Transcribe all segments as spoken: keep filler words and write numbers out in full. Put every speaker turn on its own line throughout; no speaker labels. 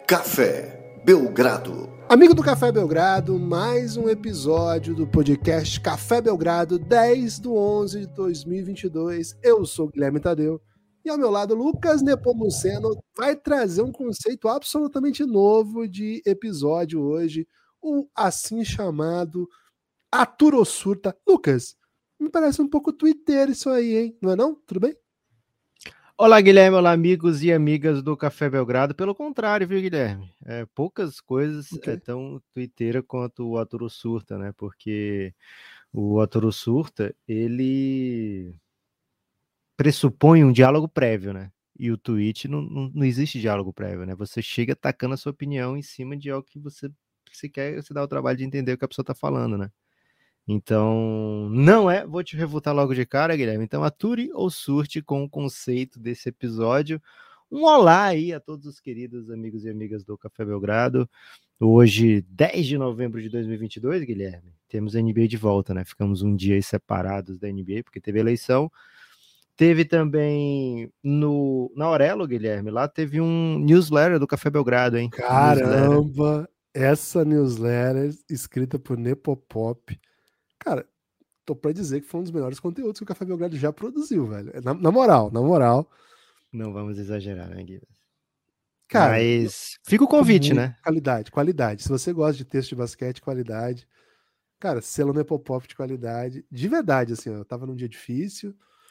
Café Belgrado.
Amigo do Café Belgrado, mais um episódio do podcast Café Belgrado, dez de onze de dois mil e vinte e dois. Eu sou o Guilherme Tadeu e ao meu lado Lucas Nepomuceno vai trazer um conceito absolutamente novo de episódio hoje, o assim chamado Atura ou Surta. Lucas, me parece um pouco Twitter isso aí, hein? Não é não? Tudo bem?
Olá, Guilherme, olá, amigos e amigas do Café Belgrado. Pelo contrário, viu, Guilherme? É, poucas coisas
Okay.
é tão twitteira quanto o Atura ou Surta, né? Porque o Atura ou Surta, ele pressupõe um diálogo prévio, né? E o tweet não, não, não existe diálogo prévio, né? Você chega tacando a sua opinião em cima de algo que você, se quer, você dá o trabalho de entender o que a pessoa tá falando, né? Então, não é, vou te refutar logo de cara, Guilherme. Então, ature ou surte com o conceito desse episódio. Um olá aí a todos os queridos amigos e amigas do Café Belgrado. Hoje, dez de novembro de dois mil e vinte e dois, Guilherme, temos a N B A de volta, né? Ficamos um dia aí separados da N B A, porque teve eleição. Teve também no, na Aurelo, Guilherme, lá teve um newsletter do Café Belgrado, hein?
Caramba,
Newsletter.
Essa newsletter escrita por Nepopop. Cara, tô pra dizer que foi um dos melhores conteúdos que o Café Belgrado já produziu, velho. Na, na moral, na moral.
Não vamos exagerar, né, Guilherme?
Cara,
mas fica o convite, né?
Qualidade, qualidade. Se você gosta de texto de basquete, qualidade. Cara, selo Nepopop de qualidade. De verdade, assim, ó, eu tava num dia difícil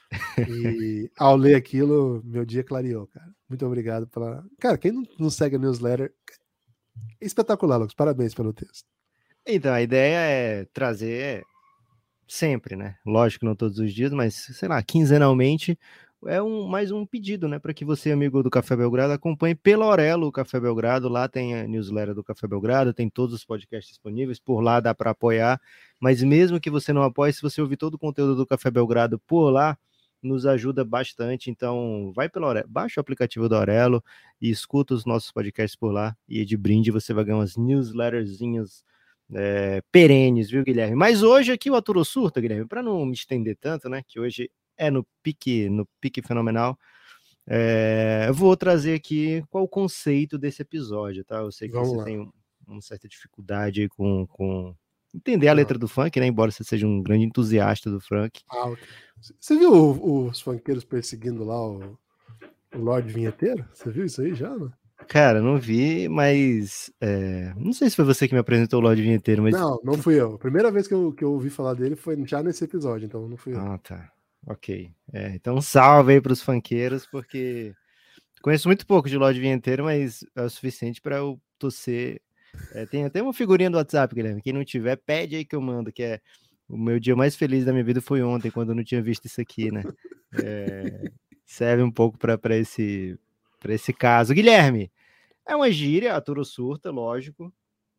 e ao ler aquilo, meu dia clareou, cara. Muito obrigado pela... Cara, quem não, não segue a newsletter, espetacular, Lucas. Parabéns pelo texto.
Então, a ideia é trazer sempre, né? Lógico que não todos os dias, mas, sei lá, quinzenalmente, é um, mais um pedido, né? Para que você, amigo do Café Belgrado, acompanhe pela Aurelo o Café Belgrado. Lá tem a newsletter do Café Belgrado, tem todos os podcasts disponíveis, por lá dá para apoiar. Mas mesmo que você não apoie, se você ouvir todo o conteúdo do Café Belgrado por lá, nos ajuda bastante. Então, vai pela Aurelo, baixa o aplicativo da Aurelo e escuta os nossos podcasts por lá. E de brinde você vai ganhar umas newsletterzinhas É, perenes, viu, Guilherme? Mas hoje aqui o Atura ou Surta, Guilherme, para não me estender tanto, né, que hoje é no pique, no pique fenomenal, é, eu vou trazer aqui qual o conceito desse episódio, tá? Eu sei que
Vamos
você
lá.
tem um, uma certa dificuldade aí com, com entender a letra não. do funk, né, embora você seja um grande entusiasta do funk.
Ah, okay. Você viu o, os funkeiros perseguindo lá o, o Lorde Vinheteiro? Você viu isso aí já, né?
Cara, não vi, mas é, não sei se foi você que me apresentou o Lorde Vinheteiro, mas...
Não, não fui eu. A primeira vez que eu, que eu ouvi falar dele foi já nesse episódio, então não fui eu.
Ah, tá. Ok. É, então salve aí pros funkeiros, porque conheço muito pouco de Lorde Vinheteiro, mas é o suficiente para eu torcer. É, tem até uma figurinha do WhatsApp, Guilherme. Quem não tiver, pede aí que eu mando, que é o meu dia mais feliz da minha vida foi ontem, quando eu não tinha visto isso aqui, né? É, serve um pouco para esse, para esse caso. Guilherme, é uma gíria, Atura ou Surta, lógico.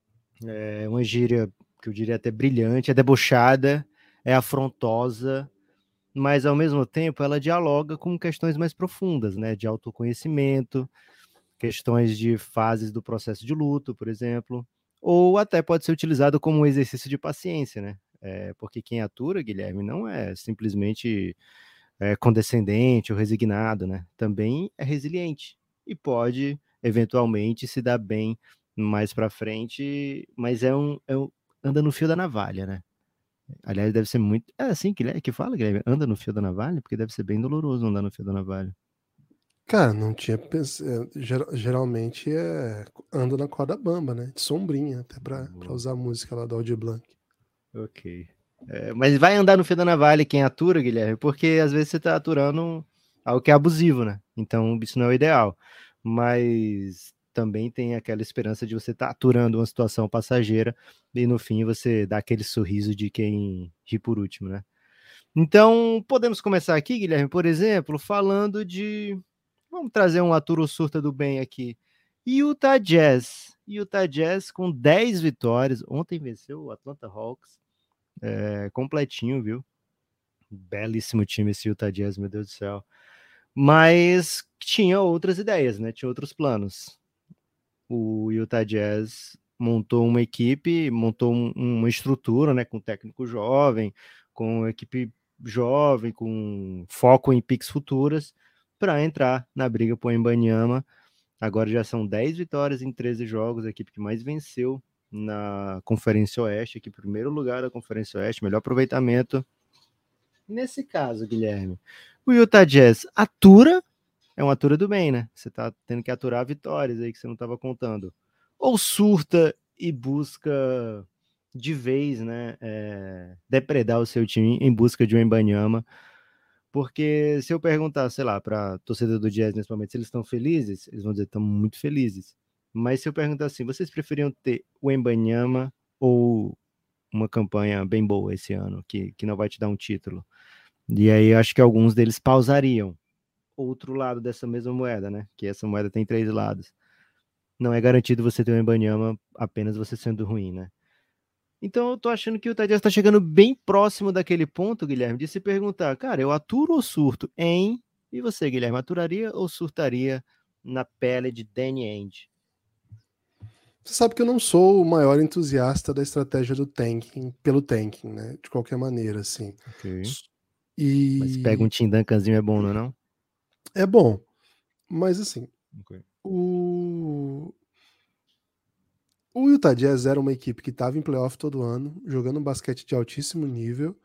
É uma gíria que eu diria até brilhante, é debochada, é afrontosa, mas ao mesmo tempo ela dialoga com questões mais profundas, né? De autoconhecimento, questões de fases do processo de luto, por exemplo, ou até pode ser utilizado como um exercício de paciência, né? É, porque quem atura, Guilherme, não é simplesmente é, condescendente ou resignado, né? Também é resiliente e pode eventualmente se dar bem mais para frente, mas é um, é um anda no fio da navalha, né? Aliás, deve ser muito. É assim que, que fala, Guilherme? Anda no fio da navalha? Porque deve ser bem doloroso andar no fio da navalha.
Cara, não tinha pensado. Geralmente é anda na corda bamba, né? De sombrinha, até pra, pra usar a música lá do Aldir Blanc.
Ok. É, mas vai andar no fio da navalha quem atura, Guilherme, porque às vezes você tá aturando algo que é abusivo, né? Então isso não é o ideal. Mas também tem aquela esperança de você estar tá aturando uma situação passageira e no fim você dá aquele sorriso de quem ri por último, né? Então podemos começar aqui, Guilherme, por exemplo, falando de... Vamos trazer um Atura ou Surta do bem aqui. Utah Jazz. Utah Jazz com dez vitórias. Ontem venceu o Atlanta Hawks. É, completinho, viu? Belíssimo time esse Utah Jazz, meu Deus do céu. Mas tinha outras ideias, né? Tinha outros planos. O Utah Jazz montou uma equipe, montou um, uma estrutura, né? Com técnico jovem, com equipe jovem, com foco em picks futuras, para entrar na briga por Embanyama. Agora já são dez vitórias em treze jogos, a equipe que mais venceu na Conferência Oeste, aqui primeiro lugar da Conferência Oeste, melhor aproveitamento. Nesse caso, Guilherme, o Utah Jazz atura, é uma atura do bem, né? Você tá tendo que aturar vitórias aí que você não estava contando. Ou surta e busca de vez, né, é, depredar o seu time em busca de um Wembanyama. Porque se eu perguntar, sei lá, para torcedor do Jazz nesse momento, se eles estão felizes, eles vão dizer que estão muito felizes. Mas se eu perguntar assim, vocês preferiam ter o Wembanyama ou uma campanha bem boa esse ano, que, que não vai te dar um título? E aí eu acho que alguns deles pausariam. Outro lado dessa mesma moeda, né? Que essa moeda tem três lados. Não é garantido você ter um Wembanyama apenas você sendo ruim, né? Então eu tô achando que o Utah Jazz tá chegando bem próximo daquele ponto, Guilherme, de se perguntar, cara, eu aturo ou surto em... E você, Guilherme, aturaria ou surtaria na pele de Danny Ainge?
Você sabe que eu não sou o maior entusiasta da estratégia do tanking, pelo tanking, né? De qualquer maneira, assim.
Ok.
E...
Mas pega um Tim Duncanzinho é bom, não é não?
É bom, mas assim,
Okay.
o... o Utah Jazz era uma equipe que estava em playoff todo ano, jogando um basquete de altíssimo nível,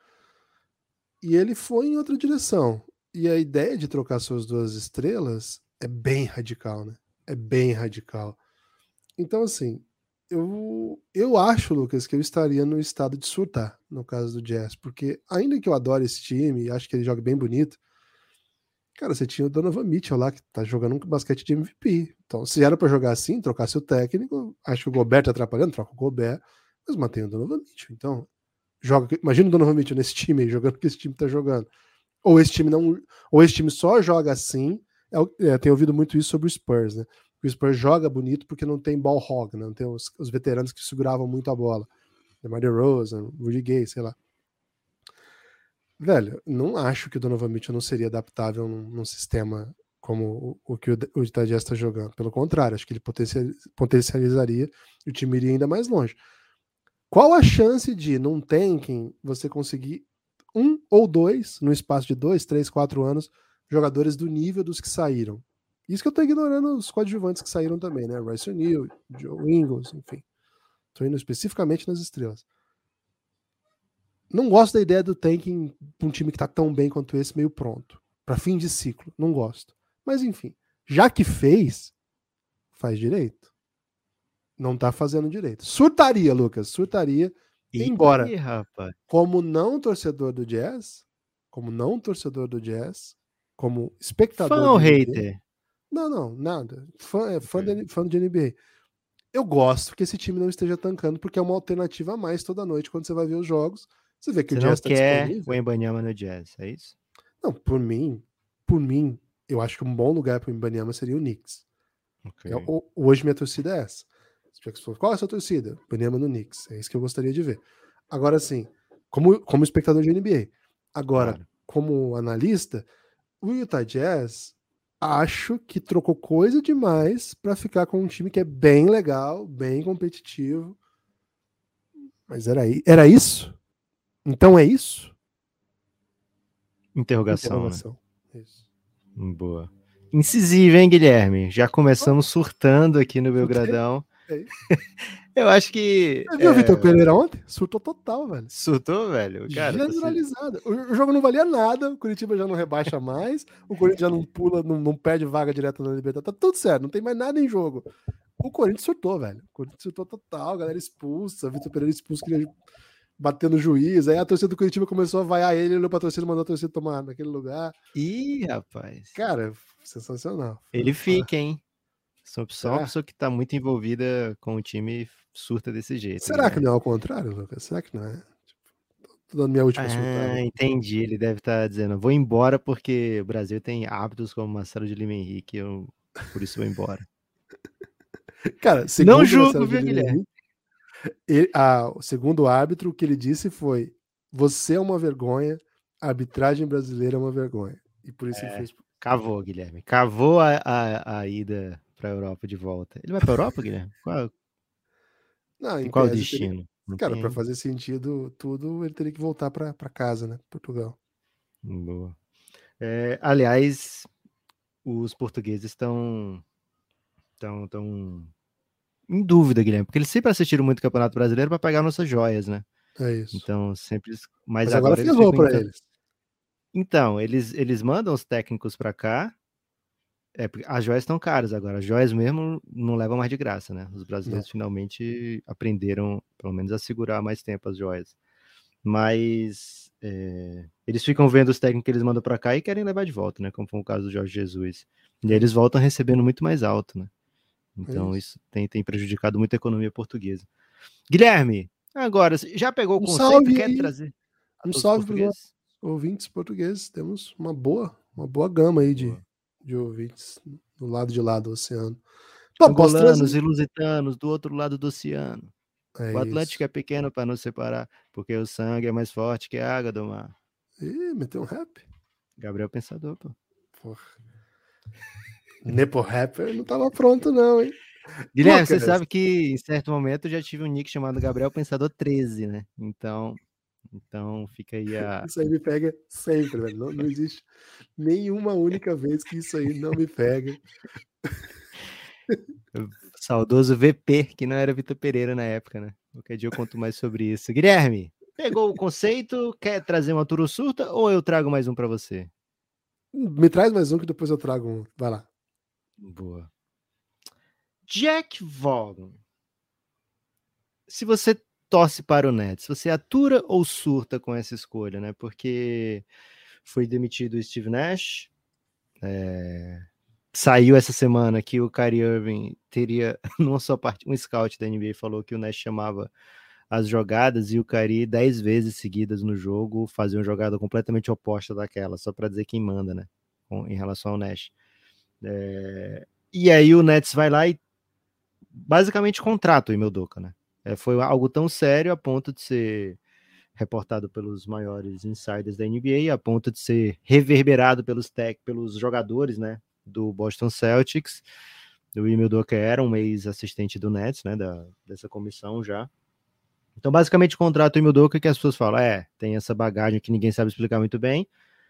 e ele foi em outra direção. E a ideia de trocar suas duas estrelas é bem radical, né? É bem radical. Então, assim, eu, eu acho, Lucas, que eu estaria no estado de surtar, no caso do Jazz, porque ainda que eu adore esse time, acho que ele joga bem bonito, cara, você tinha o Donovan Mitchell lá, que tá jogando um basquete de M V P. Então, se era pra jogar assim, trocasse o técnico, acho que o Gobert tá atrapalhando, troca o Gobert, mas mantém o Donovan Mitchell. Então, joga, imagina o Donovan Mitchell nesse time aí, jogando o que esse time tá jogando. Ou esse time não, ou esse time só joga assim. É, é, tenho ouvido muito isso sobre o Spurs, né? O Spurs joga bonito porque não tem ball hog, né? Não tem os, os veteranos que seguravam muito a bola. DeMar DeRozan, Rudy Gay, sei lá. Velho, não acho que o Donovan Mitchell não seria adaptável num, num sistema como o, o que o, o Utah Jazz está jogando. Pelo contrário, acho que ele potencializaria e o time iria ainda mais longe. Qual a chance de, num tanking, você conseguir um ou dois, no espaço de dois, três, quatro anos, jogadores do nível dos que saíram? Isso que eu tô ignorando os coadjuvantes que saíram também, né? Royce O'Neal, Joe Ingles, enfim. Tô indo especificamente nas estrelas. Não gosto da ideia do tanking pra um time que tá tão bem quanto esse, meio pronto. Pra fim de ciclo. Não gosto. Mas enfim, já que fez, faz direito. Não tá fazendo direito. Surtaria, Lucas, surtaria. Embora,
Ih, rapaz.
como não torcedor do Jazz, como não torcedor do Jazz, como espectador
Fã ou
de N B A.
hater?
Não, não, nada. Fã, é fã, de, fã de N B A. Eu gosto que esse time não esteja tancando, porque é uma alternativa a mais toda noite quando você vai ver os jogos. Você vê que
Você
o
não
Jazz está
quer o
disponível.
Wembanyama no Jazz, é isso?
Não, por mim, por mim, eu acho que um bom lugar para o Ibanyama seria o Knicks.
Ok.
É, o, hoje minha torcida é essa. Qual é a sua torcida? Ibanyama no Knicks. É isso que eu gostaria de ver. Agora, assim, como, como espectador de N B A. Agora,
Claro.
como analista, o Utah Jazz acho que trocou coisa demais para ficar com um time que é bem legal, bem competitivo. Mas era, era isso? Então é isso?
Interrogação, né?
Interrogação. Isso.
Boa. Incisivo, hein, Guilherme? Já começamos surtando aqui no Belgradão.
É isso.
Eu acho que.
Você viu o
é...
Vitor Pereira ontem? Surtou total, velho.
Surtou, velho? Cara,
generalizada. Você... O jogo não valia nada, o Curitiba já não rebaixa mais, o Corinthians já não pula, não, não perde vaga direto na Libertadores. Tá tudo certo, não tem mais nada em jogo. O Corinthians surtou, velho. O Corinthians surtou total, a galera expulsa, Vitor Pereira expulso, queria bater no juiz. Aí a torcida do Curitiba começou a vaiar ele, ele olhou pra torcida e mandou a torcida tomar naquele lugar.
Ih, rapaz.
Cara, sensacional.
Ele fica, hein? Só uma
Será?
pessoa que tá muito envolvida com o time surta desse jeito.
Será que
Guilherme.
não é ao contrário, Lucas? Será que não é? Tô dando minha última
Ah,
surtada.
entendi. Ele deve estar dizendo: vou embora porque o Brasil tem hábitos como Marcelo de Lima Henrique, eu por isso vou embora.
Cara, segundo
Não
o
julgo,
Marcelo de
viu,
Lima
Guilherme?
Henrique, ele, a, o segundo árbitro, o que ele disse foi: você é uma vergonha, a arbitragem brasileira é uma vergonha. E por isso
É,
ele fez.
cavou, Guilherme. Cavou a, a, a ida para a Europa de volta. Ele vai para a Europa, Guilherme? Qual,
Não,
tem
em
qual
tese, teria...
destino? Não
cara, para
tem.
fazer sentido tudo, ele teria que voltar para casa, né? Portugal.
Boa. É, aliás, os portugueses estão estão tão em dúvida, Guilherme, porque eles sempre assistiram muito o Campeonato Brasileiro para pegar nossas joias, né?
É isso.
Então, sempre. Mas,
Mas
agora,
agora
eles
ferrou
ficam.
para
Então,
eles.
então eles, eles mandam os técnicos para cá. É, porque as joias estão caras agora. As joias mesmo não levam mais de graça, né? Os brasileiros não. finalmente aprenderam, pelo menos, a segurar mais tempo as joias. Mas é, eles ficam vendo os técnicos que eles mandam para cá e querem levar de volta, né? Como foi o caso do Jorge Jesus. E aí eles voltam recebendo muito mais alto, né? Então é isso, isso tem, tem prejudicado muito a economia portuguesa. Guilherme, agora, já pegou o
um
conceito?
Salve
Quer
aí.
trazer a
Um
todos
salve
os portugueses?
Para os ouvintes portugueses. Temos uma boa, uma boa gama aí de, de ouvintes do lado de lá do oceano.
Pô, angolanos e lusitanos do outro lado do oceano. É o Atlântico isso. É pequeno para nos separar, porque o sangue é mais forte que a água do mar.
Ih, meteu um rap?
Gabriel Pensador, pô.
Porra. Nepo Rapper não tava pronto, não, hein?
Guilherme, Lucas, você sabe que em certo momento eu já tive um nick chamado Gabriel Pensador treze, né? Então, então fica aí a.
Isso aí me pega sempre, velho. Não, não existe nenhuma única vez que isso aí não me pega.
O saudoso V P, que não era Vitor Pereira na época, né? Qualquer dia eu conto mais sobre isso. Guilherme, pegou o conceito? Quer trazer uma Turo Surta ou eu trago mais um para você?
Me traz mais um que depois eu trago um. Vai lá.
Boa. Jack Vaughan. Se você torce para o Nets, você atura ou surta com essa escolha, né? Porque foi demitido o Steve Nash. É... Saiu essa semana que o Kyrie Irving teria, numa só parte, um scout da N B A falou que o Nash chamava as jogadas e o Kyrie dez vezes seguidas no jogo fazia uma jogada completamente oposta daquela, só para dizer quem manda, né? Com, em relação ao Nash. É... E aí o Nets vai lá e basicamente contrata o Ime Udoka, né? É, foi algo tão sério a ponto de ser reportado pelos maiores insiders da N B A, a ponto de ser reverberado pelos tech, pelos jogadores, né, do Boston Celtics. O Ime Udoka era um ex-assistente do Nets, né, da, dessa comissão já. Então, basicamente, contrata o Ime Udoka que as pessoas falam, é, tem essa bagagem que ninguém sabe explicar muito bem,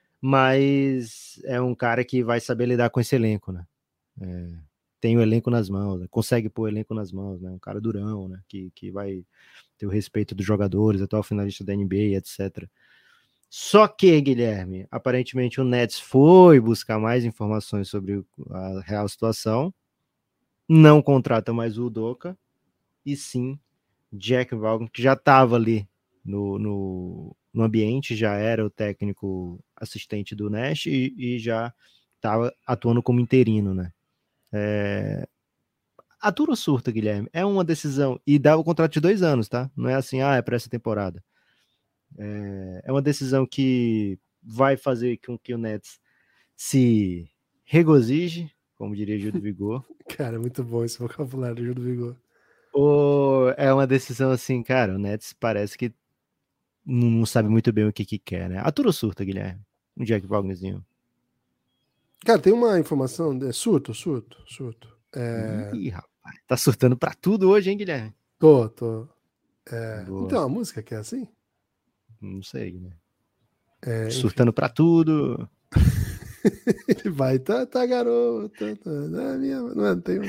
mas é um cara que vai saber lidar com esse elenco, né? É, tem o elenco nas mãos, né? Consegue pôr o elenco nas mãos, né? Um cara durão, né? Que, que vai ter o respeito dos jogadores, atual finalista da N B A, etcétera. Só que, Guilherme, aparentemente o Nets foi buscar mais informações sobre a real situação, não contrata mais o Udoka, e sim Jack Vaughan, que já estava ali no, no, no ambiente, já era o técnico assistente do Nash e, e já estava atuando como interino, né? É... Atura ou surta, Guilherme? É uma decisão, e dá o contrato de dois anos, tá? Não é assim, ah, é para essa temporada. É... é uma decisão que vai fazer com que o Nets se regozije, como diria Gil do Vigor.
Cara, muito bom esse vocabulário, Gil do Vigor.
Ou é uma decisão assim, cara, o Nets parece que não sabe muito bem o que que quer, né? Atura ou surta, Guilherme? Um Jack Vaughanzinho.
Cara, tem uma informação, é surto, surto, surto. É...
Ih, rapaz, tá surtando pra tudo hoje, hein, Guilherme?
Tô, tô. É... Não tem uma música que é assim?
Não sei, né?
É,
surtando pra tudo.
Ele vai, tá, tá, garota, tá, tá, minha... não, é, não tem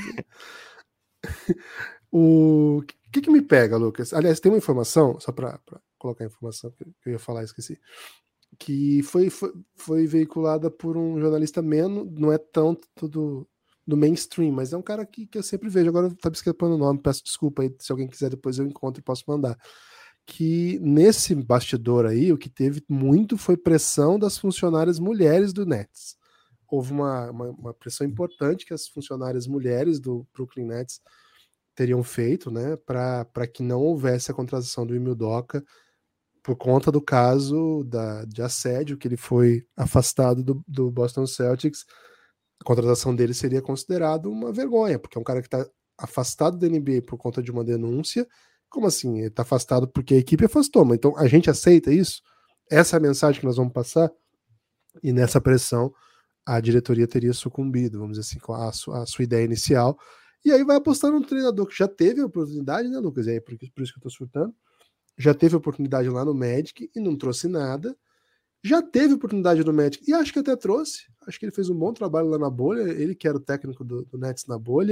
o que que me pega, Lucas? Aliás, tem uma informação, só pra, pra colocar a informação que eu ia falar, esqueci, que foi, foi, foi veiculada por um jornalista menos, não é tanto do, do mainstream, mas é um cara que, que eu sempre vejo, agora tá me escapando o nome, peço desculpa aí, se alguém quiser depois eu encontro e posso mandar, que nesse bastidor aí, o que teve muito foi pressão das funcionárias mulheres do Nets. Houve uma, uma, uma pressão importante que as funcionárias mulheres do Brooklyn Nets teriam feito, né, para que não houvesse a contratação do Ime Udoka por conta do caso da, de assédio, que ele foi afastado do, do Boston Celtics. A contratação dele seria considerado uma vergonha, porque é um cara que está afastado da N B A por conta de uma denúncia. Como assim? Ele está afastado porque a equipe afastou, mas então a gente aceita isso? Essa é a mensagem que nós vamos passar? E nessa pressão a diretoria teria sucumbido, vamos dizer assim, com a sua, a sua ideia inicial. E aí vai apostar num treinador que já teve a oportunidade, né, Lucas? E aí por, por isso que eu tô surtando. Já teve a oportunidade lá no Magic e não trouxe nada. Já teve oportunidade no Magic e acho que até trouxe. Acho que ele fez um bom trabalho lá na bolha. Ele que era o técnico do, do Nets na bolha.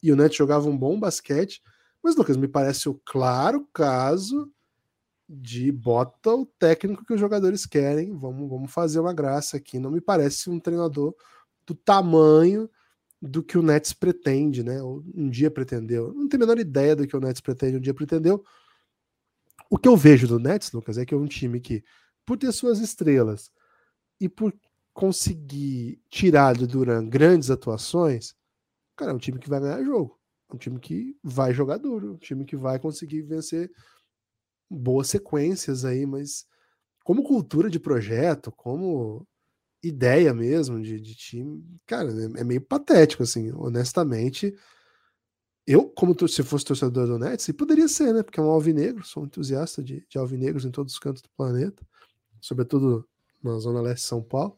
e o Nets jogava um bom basquete, mas, Lucas, me parece o claro caso de bota o técnico que os jogadores querem, vamos, vamos fazer uma graça aqui. Não me parece um treinador do tamanho do que o Nets pretende, né? Ou um dia pretendeu. Não tenho a menor ideia do que o Nets pretende, um dia pretendeu. O que eu vejo do Nets, Lucas, é que é um time que, por ter suas estrelas e por conseguir tirar do Durant grandes atuações, cara, é um time que vai ganhar jogo. É um time que vai jogar duro, um time que vai conseguir vencer boas sequências aí, mas como cultura de projeto, como ideia mesmo de, de time, cara, é, é meio patético, assim, honestamente. Eu, como to- se fosse torcedor do Nets, e poderia ser, né? Porque é um alvinegro, sou um entusiasta de, de alvinegros em todos os cantos do planeta, sobretudo na Zona Leste de São Paulo.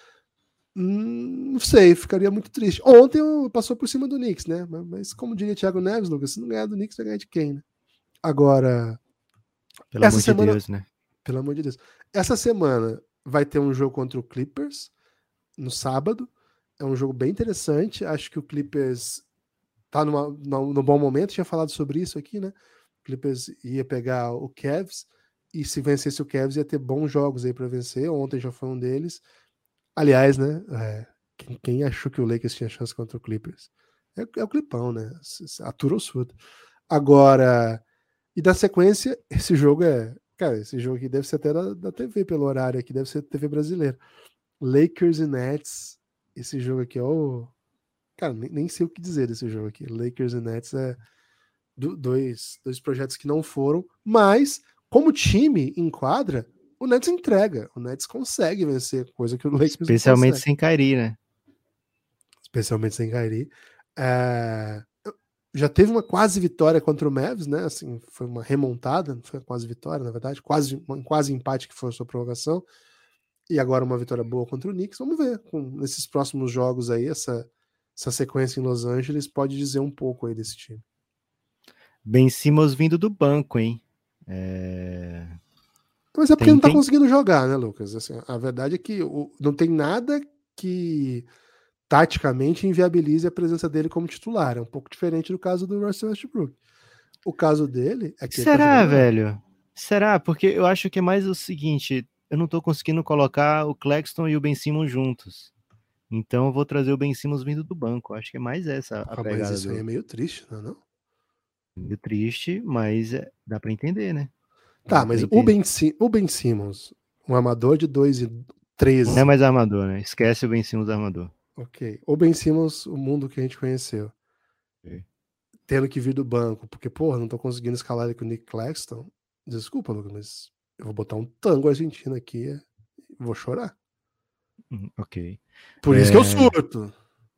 Hum, não sei, ficaria muito triste. Ontem eu passou por cima do Knicks, né? Mas, mas como diria Thiago Neves, Lucas, se não ganhar do Knicks, vai ganhar de quem, né? Agora,
Pelo
essa
amor de
semana,
Deus, né?
pelo amor de Deus, essa semana vai ter um jogo contra o Clippers no sábado. É um jogo bem interessante. Acho que o Clippers tá numa, no, no bom momento. Tinha falado sobre isso aqui, né? O Clippers ia pegar o Cavs e se vencesse o Cavs ia ter bons jogos aí para vencer. Ontem já foi um deles. Aliás, né? É, quem, quem achou que o Lakers tinha chance contra o Clippers? É, é o Clipão, né? Atura ou surda. Agora, e da sequência, esse jogo é. Cara, esse jogo aqui deve ser até da, da T V, pelo horário aqui, deve ser T V brasileira. Lakers e Nets. Esse jogo aqui é o. Cara, nem, nem sei o que dizer desse jogo aqui. Lakers e Nets é do, dois, dois projetos que não foram, mas como time em quadra, o Nets entrega. O Nets consegue vencer, coisa que o Lakers não
Especialmente
consegue.
sem Kyrie, né?
Especialmente sem Kyrie. É, já teve uma quase vitória contra o Mavs, né? Assim, foi uma remontada, não foi uma quase vitória, na verdade, quase um quase empate que foi a sua prorrogação. E agora uma vitória boa contra o Knicks. Vamos ver, com, nesses próximos jogos aí, essa, essa sequência em Los Angeles pode dizer um pouco aí desse time.
Ben Simmons vindo do banco, hein? É...
Mas é porque
Tem,
não tá
tem...
conseguindo jogar, né, Lucas? Assim, a verdade é que o, não tem nada que taticamente inviabilize a presença dele como titular. É um pouco diferente do caso do Russell Westbrook. O caso dele é que ele tá
Será,
jogando mal.
velho? Será? Porque eu acho que é mais o seguinte, eu não tô conseguindo colocar o Claxton e o Ben Simmons juntos. Então eu vou trazer o Ben Simmons vindo do banco. Acho que é mais essa a
Ah, mas
pegada
isso aí é
do
meio triste, não é não?
meio triste, mas é- dá pra entender, né?
Tá,
Dá pra
mas o
entender.
Ben, Sim- o Ben Simmons, um amador de dois e
Não é
treze.
mais armador, né? Esquece o Ben Simmons armador.
Ok. O Ben Simmons, o mundo que a gente conheceu.
Ok.
Tendo que vir do banco, porque, porra, não tô conseguindo escalar ele com o Nick Claxton. Desculpa, Lucas, mas eu vou botar um tango argentino aqui e vou chorar.
Hum, ok.
Por isso que eu
É...
surto.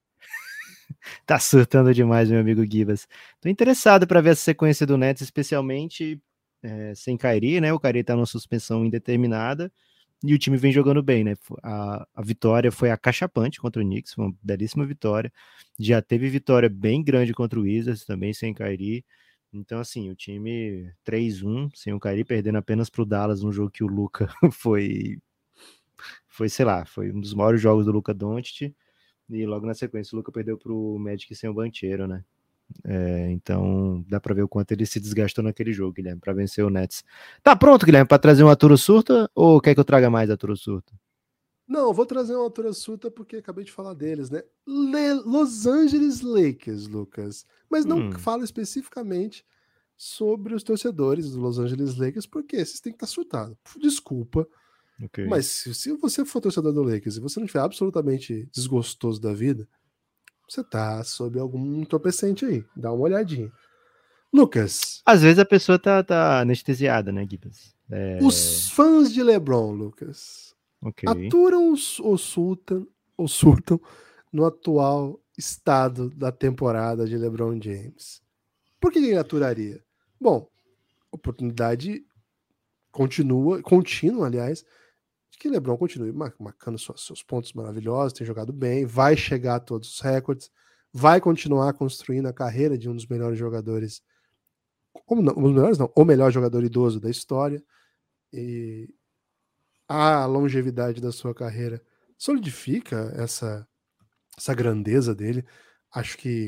Tá surtando demais, meu amigo Gibas. Tô interessado para ver essa sequência do Nets, especialmente é, sem Kyrie, né? O Kyrie tá numa suspensão indeterminada e o time vem jogando bem, né? A, a vitória foi acachapante contra o Knicks, foi uma belíssima vitória. Já teve vitória bem grande contra o Wizards, também sem Kyrie. Então, assim, o time três um, sem o Kyrie, perdendo apenas pro Dallas, num jogo que o Luka foi, foi, sei lá, foi um dos maiores jogos do Luka Doncic. E logo na sequência o Luka perdeu pro Magic sem o Banchero, né? É, então dá pra ver o quanto ele se desgastou naquele jogo, Guilherme, pra vencer o Nets. Tá pronto, Guilherme, pra trazer um Aturo Surta? Ou quer que eu traga mais Aturo Surta?
Não, eu vou trazer uma altura surta porque acabei de falar deles, né? Le- Los Angeles Lakers, Lucas. Mas não
Hum,
falo especificamente sobre os torcedores do Los Angeles Lakers, porque esses têm que estar surtados. Desculpa,
ok.
mas se, se você for torcedor do Lakers e você não estiver absolutamente desgostoso da vida, você tá sob algum entorpecente aí. Dá uma olhadinha. Lucas,
Às vezes a pessoa tá, tá anestesiada, né, Gibbs? É,
os fãs de LeBron, Lucas,
ok.
aturam ou surtam, ou surtam no atual estado da temporada de LeBron James. Por que ele aturaria? Bom, oportunidade continua, contínua, aliás, de que LeBron continue marcando suas, seus pontos maravilhosos, tem jogado bem, vai chegar a todos os recordes, vai continuar construindo a carreira de um dos melhores jogadores, como não, um dos melhores não, o melhor jogador idoso da história, e a longevidade da sua carreira solidifica essa, essa grandeza dele. Acho que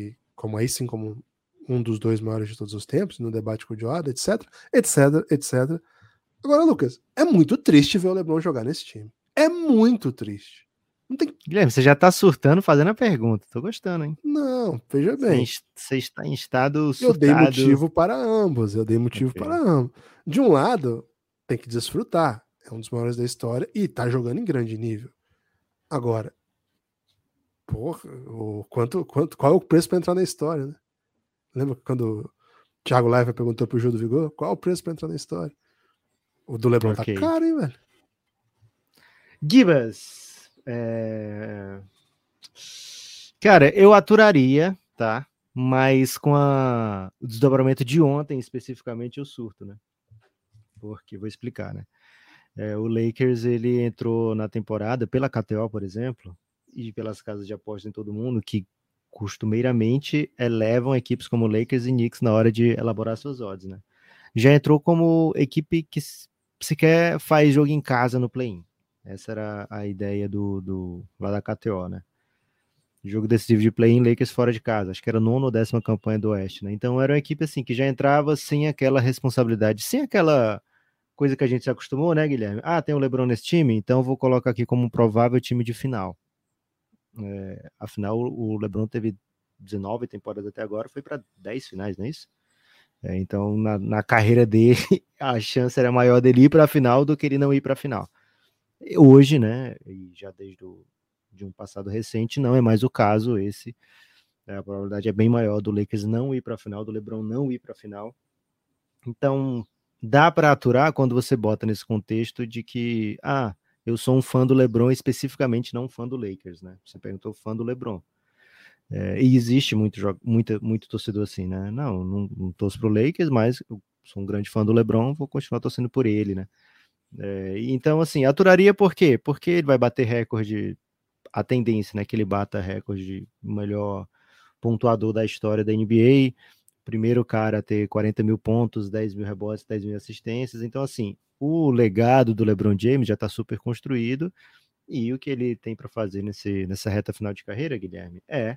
como aí sim como um dos dois maiores de todos os tempos, no debate com o Jordan, etc, etc, etcétera. Agora, Lucas, é muito triste ver o LeBron jogar nesse time. É muito triste. Não tem...
Guilherme, você já tá surtando fazendo a pergunta. Tô gostando, hein?
Não, veja
Você,
bem.
você está em estado
Eu dei
surtado.
motivo para ambos, eu dei motivo
Okay.
para ambos. De um lado, tem que desfrutar. É um dos maiores da história e tá jogando em grande nível. Agora, porra, o quanto, quanto, qual é o preço para entrar na história, né? Lembra quando o Thiago Leifert perguntou pro Gil do Vigor? Qual é o preço para entrar na história? O do LeBron okay. Tá caro, hein, velho?
Gibas, é... cara, eu aturaria, tá? Mas com a... o desdobramento de ontem, especificamente, eu surto, né? Porque, vou explicar, né? É, o Lakers, ele entrou na temporada, pela K T O, por exemplo, e pelas casas de aposta em todo mundo, que costumeiramente elevam equipes como Lakers e Knicks na hora de elaborar suas odds, né? Já entrou como equipe que sequer faz jogo em casa no play-in. Essa era a ideia do, do lá da K T O, né? Jogo decisivo de play-in, Lakers fora de casa. Acho que era nona ou décima campanha do Oeste, né? Então era uma equipe assim que já entrava sem aquela responsabilidade, sem aquela coisa que a gente se acostumou, né, Guilherme? Ah, tem o LeBron nesse time, então vou colocar aqui como um provável time de final. É, afinal, o LeBron teve dezenove temporadas até agora, foi para dez finais, não é isso? É, então, na, na carreira dele, a chance era maior dele ir para a final do que ele não ir para a final. Hoje, né, e já desde o, de um passado recente, não é mais o caso esse. É, a probabilidade é bem maior do Lakers não ir para a final, do LeBron não ir para a final. Então, dá para aturar quando você bota nesse contexto de que, ah, eu sou um fã do LeBron, especificamente não um fã do Lakers, né? Você perguntou fã do LeBron. É, e existe muito, muito, muito torcedor assim, né? Não, não, não torço pro Lakers, mas eu sou um grande fã do LeBron, vou continuar torcendo por ele, né? É, então, assim, aturaria por quê? Porque ele vai bater recorde, a tendência, né, que ele bata recorde de melhor pontuador da história da N B A, primeiro cara a ter quarenta mil pontos, dez mil rebotes, dez mil assistências. Então, assim, o legado do LeBron James já está super construído e o que ele tem para fazer nesse, nessa reta final de carreira, Guilherme, é,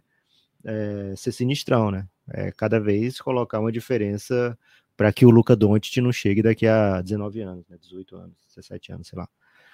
é ser sinistrão, né? É cada vez colocar uma diferença para que o Luka Doncic não chegue daqui a dezenove anos, né? dezoito anos, dezessete anos, sei lá.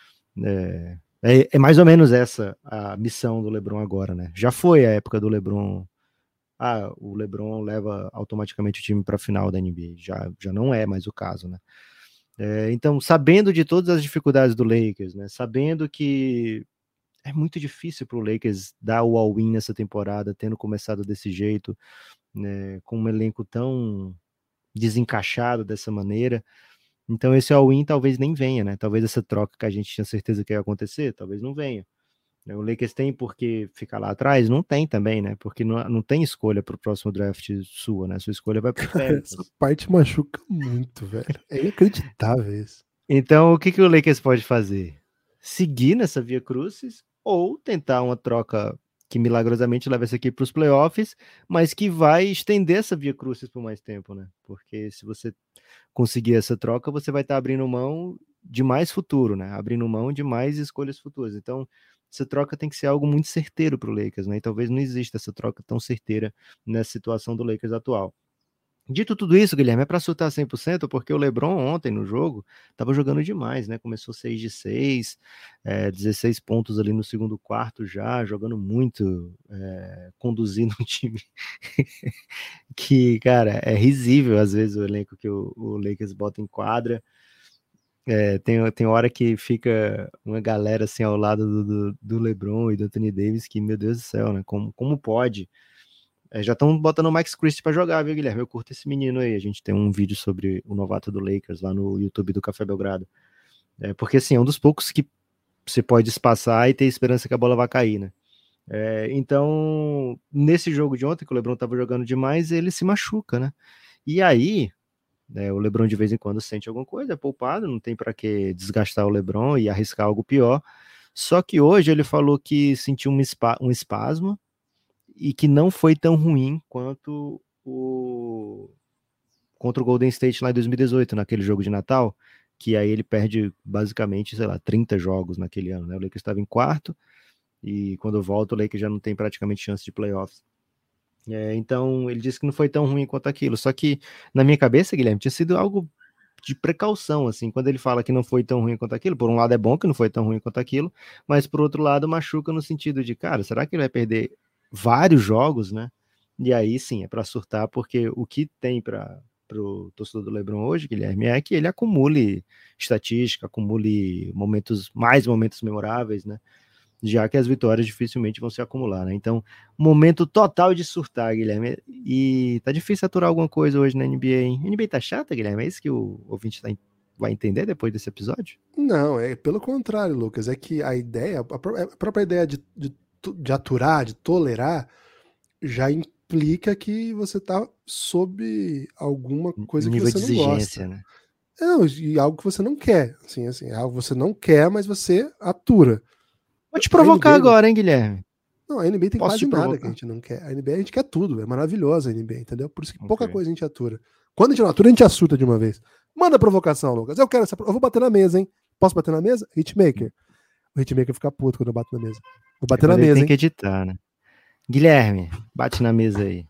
É, é, é mais ou menos essa a missão do LeBron agora, né? Já foi a época do LeBron. Ah, o LeBron leva automaticamente o time para a final da N B A. Já, já não é mais o caso, né? É, então, sabendo de todas as dificuldades do Lakers, né? Sabendo que é muito difícil para o Lakers dar o all-in nessa temporada, tendo começado desse jeito, né? Com um elenco tão desencaixado dessa maneira. Então, esse all-in talvez nem venha, né? Talvez essa troca que a gente tinha certeza que ia acontecer, talvez não venha. O Lakers tem porque ficar lá atrás? Não tem também, né? Porque não, não tem escolha para o próximo draft sua, né? Sua escolha vai para o Pelicans.
Essa parte machuca muito, velho. É inacreditável isso.
Então, o que, que o Lakers pode fazer? Seguir nessa via crucis ou tentar uma troca que milagrosamente leva essa equipe para os playoffs, mas que vai estender essa via crucis por mais tempo, né? Porque se você conseguir essa troca, você vai estar abrindo mão de mais futuro, né? Abrindo mão de mais escolhas futuras. Então, essa troca tem que ser algo muito certeiro para o Lakers, né? E talvez não exista essa troca tão certeira nessa situação do Lakers atual. Dito tudo isso, Guilherme, é para soltar cem por cento, porque o LeBron ontem no jogo estava jogando demais, né? Começou seis de seis, é, dezesseis pontos ali no segundo quarto já, jogando muito, é, conduzindo um time que, cara, é risível às vezes o elenco que o, o Lakers bota em quadra. É, tem, tem hora que fica uma galera assim ao lado do, do, do LeBron e do Anthony Davis que, meu Deus do céu, né? Como, como pode? É, já estão botando o Max Christie para jogar, viu, Guilherme? Eu curto esse menino aí. A gente tem um vídeo sobre o novato do Lakers lá no YouTube do Café Belgrado. É, porque, assim, é um dos poucos que você pode espaçar e ter esperança que a bola vai cair, né? É, então, nesse jogo de ontem, que o LeBron estava jogando demais, ele se machuca, né? E aí, né, o LeBron de vez em quando sente alguma coisa, é poupado, não tem para que desgastar o LeBron e arriscar algo pior. Só que hoje ele falou que sentiu um, espa um espasmo e que não foi tão ruim quanto o contra o Golden State lá em dois mil e dezoito, naquele jogo de Natal, que aí ele perde basicamente, sei lá, trinta jogos naquele ano, né? O Lakers estava em quarto e quando volta o Lakers já não tem praticamente chance de playoffs. É, então, ele disse que não foi tão ruim quanto aquilo. Só que, na minha cabeça, Guilherme, tinha sido algo de precaução, assim. Quando ele fala que não foi tão ruim quanto aquilo, por um lado é bom que não foi tão ruim quanto aquilo, mas por outro lado machuca no sentido de, cara, será que ele vai perder vários jogos, né? E aí sim, é para surtar, porque o que tem para o torcedor do LeBron hoje, Guilherme, é que ele acumule estatística, acumule momentos, mais momentos memoráveis, né? Já que as vitórias dificilmente vão se acumular, né? Então, momento total de surtar, Guilherme. E tá difícil aturar alguma coisa hoje na N B A, hein? A N B A tá chata, Guilherme? É isso que o ouvinte tá, vai entender depois desse episódio?
Não, é pelo contrário, Lucas. É que a ideia, a pró- a própria ideia de, de, de aturar, de tolerar, já implica que você tá sob alguma coisa que
Nível de
você não
exigência,
gosta.
né?
Não, e algo que você não quer. Assim, assim, é algo que você não quer, mas você atura.
Vou te
A
provocar
N B A não.
agora, hein, Guilherme?
Não, a N B A tem
Posso te
quase nada que a
provocar?
gente não quer. A N B A a gente quer tudo, é maravilhosa a N B A, entendeu? Por isso que pouca
Ok.
coisa a gente atura. Quando a gente não atura, a gente assusta de uma vez. Manda provocação, Lucas. Eu quero essa. Eu vou bater na mesa, hein? Posso bater na mesa? Hitmaker. O Hitmaker fica puto quando eu bato na mesa. Vou
É
bater na
quando ele
mesa,
tem
hein?
que editar, né? Guilherme, bate na mesa aí.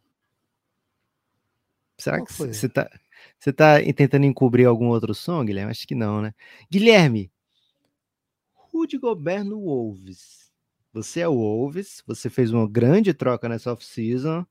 Será
Qual
que
que foi?
você tá, você tá tentando encobrir algum outro som, Guilherme? Acho que não, né? Guilherme, Rudy Gobert no Wolves. Você é o Wolves, você fez uma grande troca nessa off-season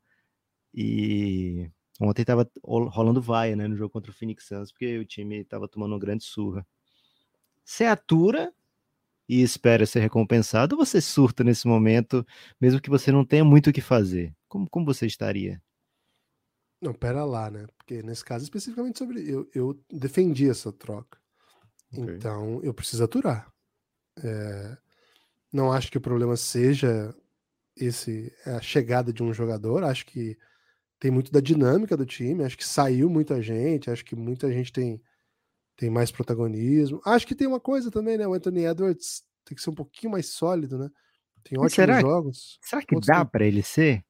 e ontem tava rolando vaia, né, no jogo contra o Phoenix Suns, porque o time tava tomando uma grande surra. Você atura e espera ser recompensado ou você surta nesse momento, mesmo que você não tenha muito o que fazer? Como, como você estaria?
Não, pera lá, né? Porque nesse caso, especificamente sobre. Eu, eu defendi essa troca.
Ok.
Então, eu preciso aturar. É, não acho que o problema seja esse a chegada de um jogador. Acho que tem muito da dinâmica do time. Acho que saiu muita gente. Acho que muita gente tem, tem mais protagonismo. Acho que tem uma coisa também, né? O Anthony Edwards tem que ser um pouquinho mais sólido, né? Tem
Mas
ótimos
será,
jogos.
será que
Outros
dá
tem.
para ele ser?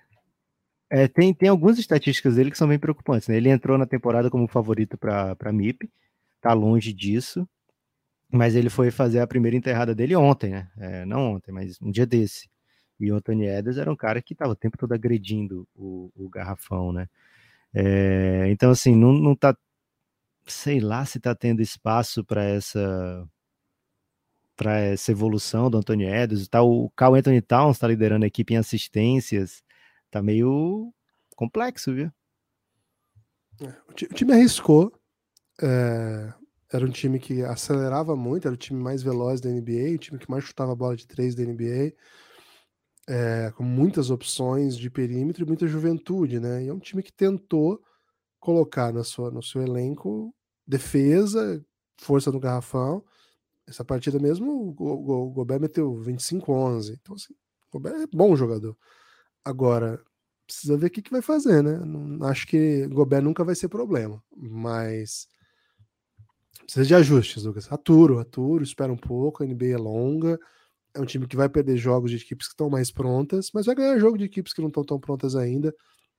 É, tem, tem algumas estatísticas dele que são bem preocupantes, né? Ele entrou na temporada como favorito para para M I P, tá longe disso, mas ele foi fazer a primeira enterrada dele ontem, né? É, não ontem, mas um dia desse. E o Anthony Edwards era um cara que estava o tempo todo agredindo o, o garrafão, né? É, então, assim, não, não tá, sei lá se tá tendo espaço para essa para essa evolução do Anthony Edwards. Tá, o Karl Anthony Towns está liderando a equipe em assistências. Tá meio complexo, viu?
É, o, ti- o time arriscou. É, era um time que acelerava muito, era o time mais veloz da N B A, o time que mais chutava a bola de três da N B A, é, com muitas opções de perímetro e muita juventude, né? E é um time que tentou colocar na sua, no seu elenco defesa, força no garrafão. Essa partida mesmo, o, o, o Gobert meteu vinte e cinco a onze. Então, assim, o Gobert é bom jogador. Agora, precisa ver o que, que vai fazer, né? Não, acho que Gobert nunca vai ser problema, mas precisa de ajustes, Lucas. Aturo, aturo, espera um pouco, a N B A é longa, é um time que vai perder jogos de equipes que estão mais prontas, mas vai ganhar jogo de equipes que não estão tão prontas ainda.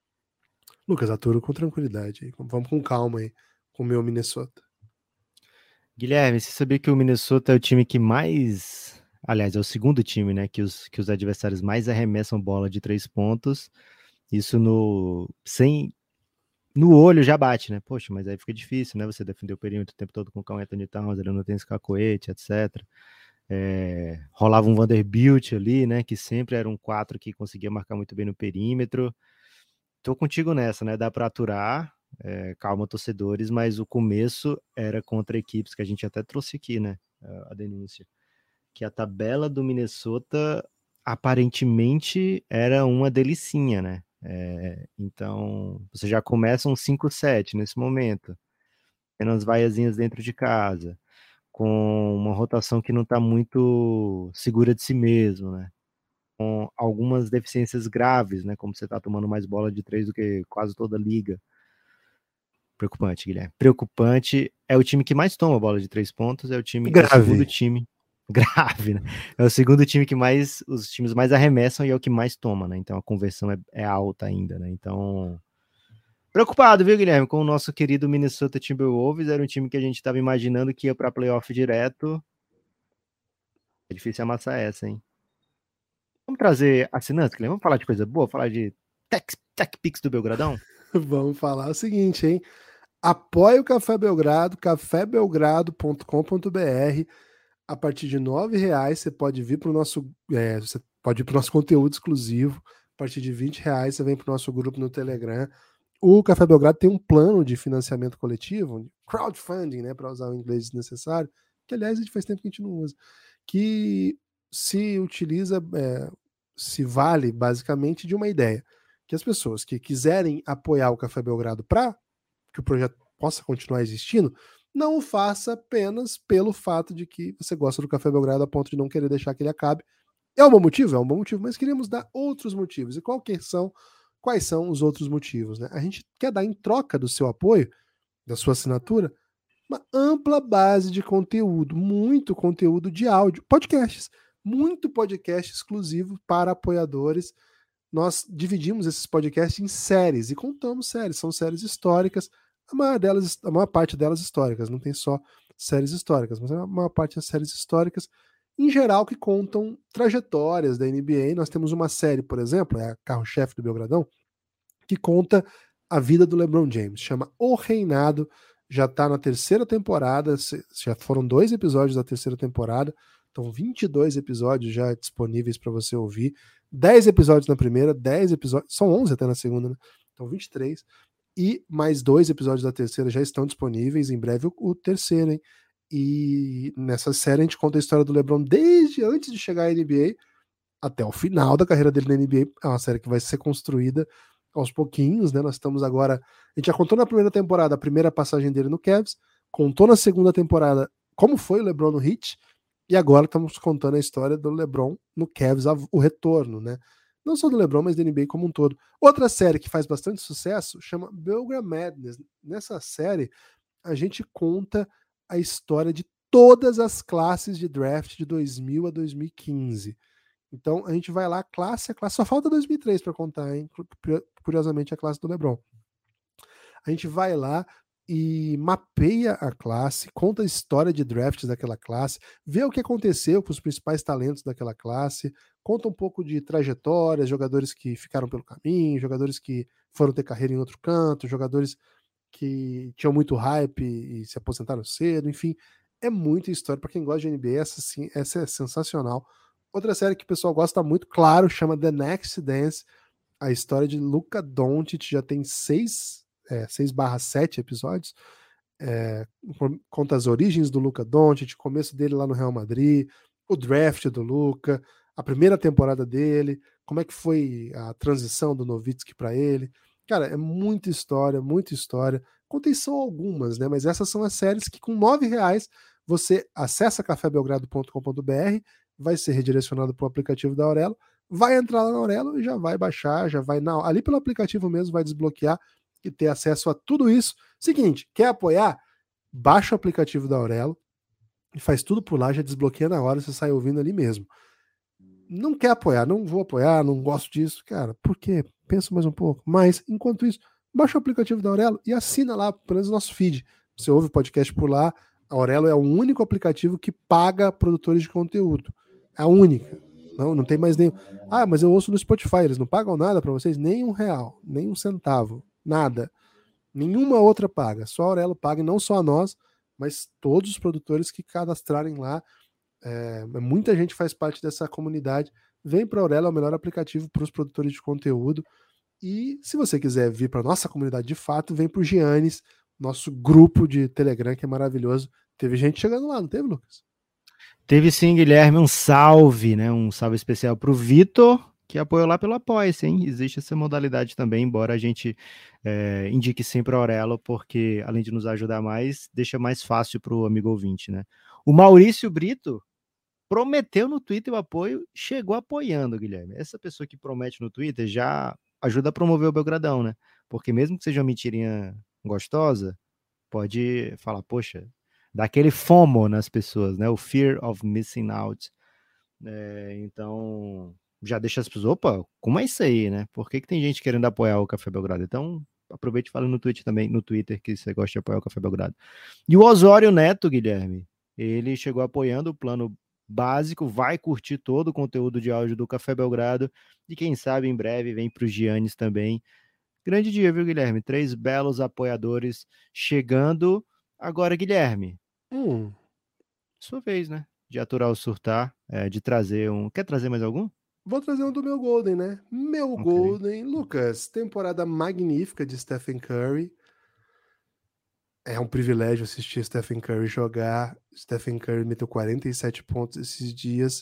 Lucas, aturo com tranquilidade. Vamos com calma aí, com o meu Minnesota.
Guilherme, você sabia que o Minnesota é o time que mais. Aliás, é o segundo time, né? Que os, que os adversários mais arremessam bola de três pontos. Isso no. Sem. No olho já bate, né? Poxa, mas aí fica difícil, né? Você defender o perímetro o tempo todo com o Karl Anthony Towns, ele não tem esse cacoete, etcétera. É, rolava um Vanderbilt ali, né? Que sempre era um quatro que conseguia marcar muito bem no perímetro. Tô contigo nessa, né? Dá para aturar, é, calma, torcedores, mas o começo era contra equipes que a gente até trouxe aqui, né? A denúncia. Que a tabela do Minnesota aparentemente era uma delicinha, né? É, então, você já começa um cinco sete nesse momento, tendo as vaiazinhas dentro de casa, com uma rotação que não está muito segura de si mesmo, né? Com algumas deficiências graves, né? Como você está tomando mais bola de três do que quase toda a liga. Preocupante, Guilherme. Preocupante. É o time que mais toma bola de três pontos, é o time, é o segundo
Grave.
time grave, né? É o segundo time que mais, os times mais arremessam e é o que mais toma, né? Então a conversão é, é alta ainda, né? Então, preocupado, viu, Guilherme, com o nosso querido Minnesota Timberwolves, era um time que a gente estava imaginando que ia para playoff direto. É difícil amassar essa, hein? Vamos trazer assinantes, Guilherme? Vamos falar de coisa boa, falar de Tech, Tech Pix do Belgradão?
Vamos falar o seguinte, hein? Apoie o Café Belgrado, café belgrado ponto com ponto b r. A partir de nove reais você pode vir para o nosso, é, você pode ir para o nosso conteúdo exclusivo. A partir de vinte reais você vem para o nosso grupo no Telegram. O Café Belgrado tem um plano de financiamento coletivo, crowdfunding, né, para usar o inglês desnecessário, que aliás a gente faz tempo que a gente não usa, que se utiliza, é, se vale basicamente de uma ideia, que as pessoas que quiserem apoiar o Café Belgrado para que o projeto possa continuar existindo, não o faça apenas pelo fato de que você gosta do Café Belgrado a ponto de não querer deixar que ele acabe. É um bom motivo? É um bom motivo, mas queríamos dar outros motivos. E qual que são, quais são os outros motivos? Né? A gente quer dar em troca do seu apoio, da sua assinatura, uma ampla base de conteúdo, muito conteúdo de áudio, podcasts, muito podcast exclusivo para apoiadores. Nós dividimos esses podcasts em séries e contamos séries, são séries históricas, a maior, delas, a maior parte delas históricas, não tem só séries históricas, mas a maior parte das séries históricas, em geral, que contam trajetórias da N B A. Nós temos uma série, por exemplo, é a carro-chefe do Belgradão, que conta a vida do LeBron James, chama O Reinado, já está na terceira temporada, já foram dois episódios da terceira temporada, então vinte e dois episódios já disponíveis para você ouvir, dez episódios na primeira, dez episódios, são onze até na segunda, né? Então vinte e três, e mais dois episódios da terceira já estão disponíveis, em breve o, o terceiro, hein? E nessa série a gente conta a história do LeBron desde antes de chegar à N B A até o final da carreira dele na N B A. É uma série que vai ser construída aos pouquinhos, né? Nós estamos agora, a gente já contou na primeira temporada a primeira passagem dele no Cavs, contou na segunda temporada como foi o LeBron no Heat, e agora estamos contando a história do LeBron no Cavs, o retorno, né? Não só do LeBron, mas da N B A como um todo. Outra série que faz bastante sucesso chama Belgrade Madness. Nessa série, a gente conta a história de todas as classes de draft de dois mil a dois mil e quinze. Então, a gente vai lá, classe a classe. Só falta dois mil e três para contar, hein? Curiosamente, a classe do LeBron. A gente vai lá e mapeia a classe, conta a história de drafts daquela classe, vê o que aconteceu com os principais talentos daquela classe, conta um pouco de trajetórias, jogadores que ficaram pelo caminho, jogadores que foram ter carreira em outro canto, jogadores que tinham muito hype e se aposentaram cedo, enfim, é muita história. Para quem gosta de N B A, essa, sim, essa é sensacional. Outra série que o pessoal gosta muito, claro, chama The Next Dance, a história de Luka Doncic, já tem seis É, seis barra sete episódios, é, conta as origens do Luka Doncic, o começo dele lá no Real Madrid, o draft do Luka, a primeira temporada dele, como é que foi a transição do Nowitzki para ele. Cara, é muita história, muita história. Contei só algumas, né? Mas essas são as séries que com nove reais você acessa café belgrado ponto com ponto b r, vai ser redirecionado para o aplicativo da Aurelo, vai entrar lá na Aurelo e já vai baixar, já vai na, ali pelo aplicativo mesmo, vai desbloquear e ter acesso a tudo isso. Seguinte, quer apoiar? Baixa o aplicativo da Aurelo e faz tudo por lá, já desbloqueia na hora, você sai ouvindo ali mesmo. Não quer apoiar, não vou apoiar, não gosto disso, cara, por quê? Pensa mais um pouco. Mas, enquanto isso, baixa o aplicativo da Aurelo e assina lá, pelo menos o nosso feed. Você ouve o podcast por lá, a Aurelo é o único aplicativo que paga produtores de conteúdo. É a única. Não, não tem mais nenhum. Ah, mas eu ouço no Spotify, eles não pagam nada para vocês? Nem um real, nem um centavo. Nada. Nenhuma outra paga. Só a Aurelo paga, e não só a nós, mas todos os produtores que cadastrarem lá. É, muita gente faz parte dessa comunidade. Vem para a Aurelo, é o melhor aplicativo para os produtores de conteúdo. E se você quiser vir para nossa comunidade de fato, vem para o Giannis, nosso grupo de Telegram, que é maravilhoso. Teve gente chegando lá, não teve, Lucas?
Teve sim, Guilherme, um salve, né? Um salve especial para o Vitor, que apoiou lá pelo Apoia-se, hein? Existe essa modalidade também, embora a gente é, indique sempre a Aurelo, porque além de nos ajudar mais, deixa mais fácil para o amigo ouvinte, né? O Maurício Brito prometeu no Twitter o apoio, chegou apoiando, Guilherme. Essa pessoa que promete no Twitter já ajuda a promover o Belgradão, né? Porque mesmo que seja uma mentirinha gostosa, pode falar, poxa, dá aquele FOMO nas pessoas, né? O Fear of Missing Out. É, então... já deixa as pessoas, opa, como é isso aí, né? Por que, que tem gente querendo apoiar o Café Belgrado? Então, aproveite e fale no Twitter também, no Twitter, que você gosta de apoiar o Café Belgrado. E o Osório Neto, Guilherme, ele chegou apoiando o plano básico, vai curtir todo o conteúdo de áudio do Café Belgrado e quem sabe em breve vem para o Giannis também. Grande dia, viu, Guilherme? Três belos apoiadores chegando. Agora, Guilherme,
Hum.
sua vez, né? De aturar o surtar, é, de trazer um... Quer trazer mais algum?
Vou trazer um do meu Golden, né? Meu
Ok.
Golden. Lucas, temporada magnífica de Stephen Curry. É um privilégio assistir Stephen Curry jogar. Stephen Curry meteu quarenta e sete pontos esses dias.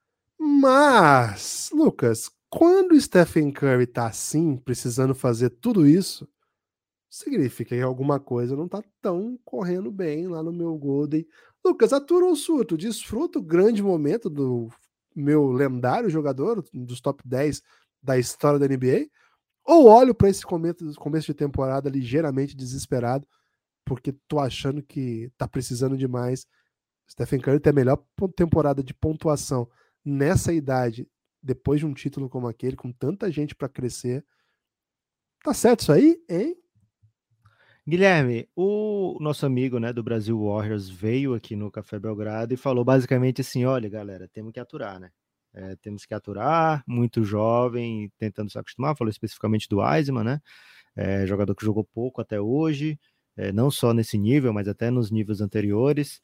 Mas, Lucas, quando o Stephen Curry tá assim, precisando fazer tudo isso, significa que alguma coisa não tá tão correndo bem lá no meu Golden. Lucas, atura ou surto? Desfruta o grande momento do meu lendário jogador, um dos top dez da história da N B A? Ou olho para esse começo, começo de temporada ligeiramente desesperado, porque tô achando que tá precisando demais. Stephen Curry tem a melhor temporada de pontuação nessa idade, depois de um título como aquele, com tanta gente para crescer. Tá certo isso aí, hein?
Guilherme, o nosso amigo, né, do Brasil Warriors veio aqui no Café Belgrado e falou basicamente assim, olha, galera, temos que aturar, né? É, temos que aturar, muito jovem, tentando se acostumar, falou especificamente do Wiseman, né? É, jogador que jogou pouco até hoje, é, não só nesse nível, mas até nos níveis anteriores.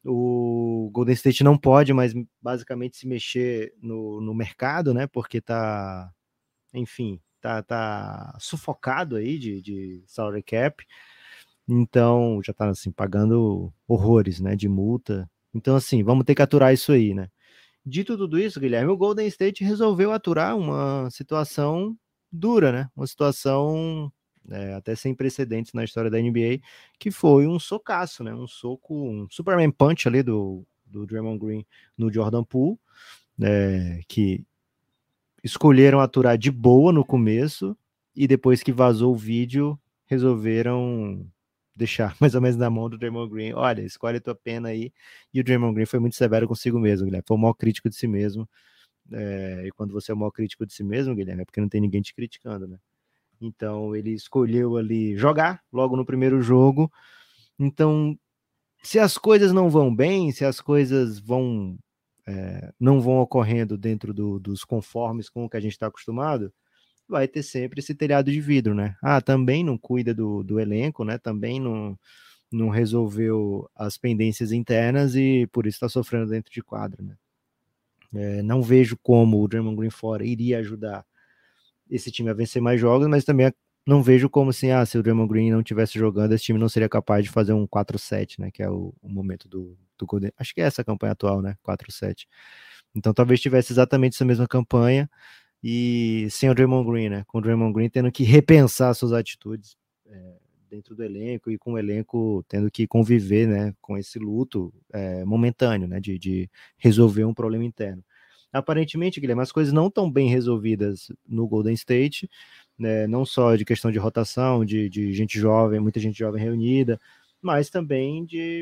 O Golden State não pode mais basicamente se mexer no, no mercado, né? Porque tá, enfim, tá, tá sufocado aí de, de salary cap. Então, já tá assim, pagando horrores, né? De multa. Então, assim, vamos ter que aturar isso aí, né? Dito tudo isso, Guilherme, o Golden State resolveu aturar uma situação dura, né? Uma situação é, até sem precedentes na história da N B A, que foi um socaço, né? Um soco, um Superman Punch ali do, do Draymond Green no Jordan Poole, é, que escolheram aturar de boa no começo e depois que vazou o vídeo, resolveram deixar mais ou menos na mão do Draymond Green. Olha, escolhe a tua pena aí. E o Draymond Green foi muito severo consigo mesmo, Guilherme. Foi o maior crítico de si mesmo. É, e quando você é o maior crítico de si mesmo, Guilherme, é porque não tem ninguém te criticando, né? Então ele escolheu ali jogar logo no primeiro jogo. Então, se as coisas não vão bem, se as coisas vão é, não vão ocorrendo dentro do, dos conformes com o que a gente está acostumado, vai ter sempre esse telhado de vidro, né? Ah, também não cuida do, do elenco, né? Também não, não resolveu as pendências internas e por isso está sofrendo dentro de quadra, né? É, não vejo como o Draymond Green fora iria ajudar esse time a vencer mais jogos, mas também não vejo como assim, ah, se o Draymond Green não tivesse jogando, esse time não seria capaz de fazer um quatro sete, né? Que é o, o momento do, do Golden. Acho que é essa a campanha atual, né? quatro sete. Então talvez tivesse exatamente essa mesma campanha. E sem o Draymond Green, né? Com o Draymond Green tendo que repensar suas atitudes é, dentro do elenco e com o elenco tendo que conviver, né? Com esse luto é, momentâneo, né? De, de resolver um problema interno. Aparentemente, Guilherme, as coisas não estão bem resolvidas no Golden State, né? Não só de questão de rotação, de, de gente jovem, muita gente jovem reunida, mas também de